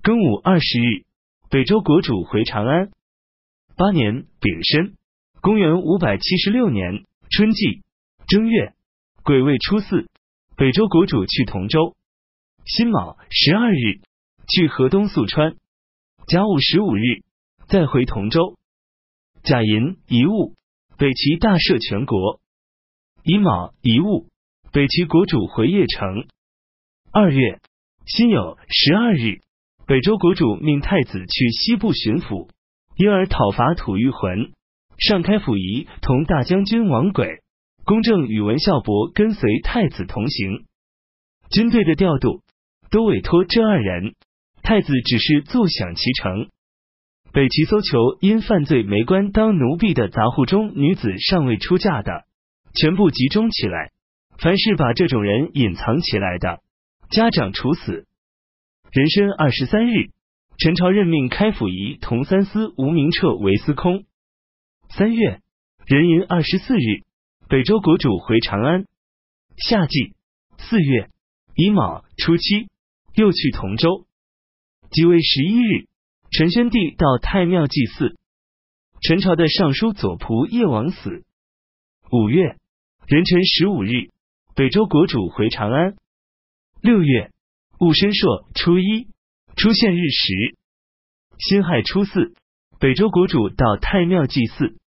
庚午20日，北周国主回长安。8年丙申，公元576年春季正月癸未初4，北周国主去同州。辛卯12日，去河东宿川。甲午15日，再回同州。甲寅乙戊，北齐大赦全国。乙卯乙戊，北齐国主回邺城。2月辛酉12日，北周国主命太子去西部巡抚，因而讨伐吐谷浑。上开府仪同大将军王轨、公正宇文孝伯跟随太子同行。军队的调度都委托这2人，太子只是坐享其成。北齐搜求因犯罪没官当奴婢的杂户中女子尚未出嫁的，全部集中起来，凡是把这种人隐藏起来的，家长处死。壬申23日，陈朝任命开府仪同三司吴明彻为司空。3月壬寅24日，北周国主回长安。夏季4月乙卯初7，又去同州。即位11日，陈宣帝到太庙祭祀。陈朝的尚书左仆射王死。5月壬辰15日，北周国主回长安。6月戊申朔初1，出现日食。辛亥初4，北周国主到太庙祭祀。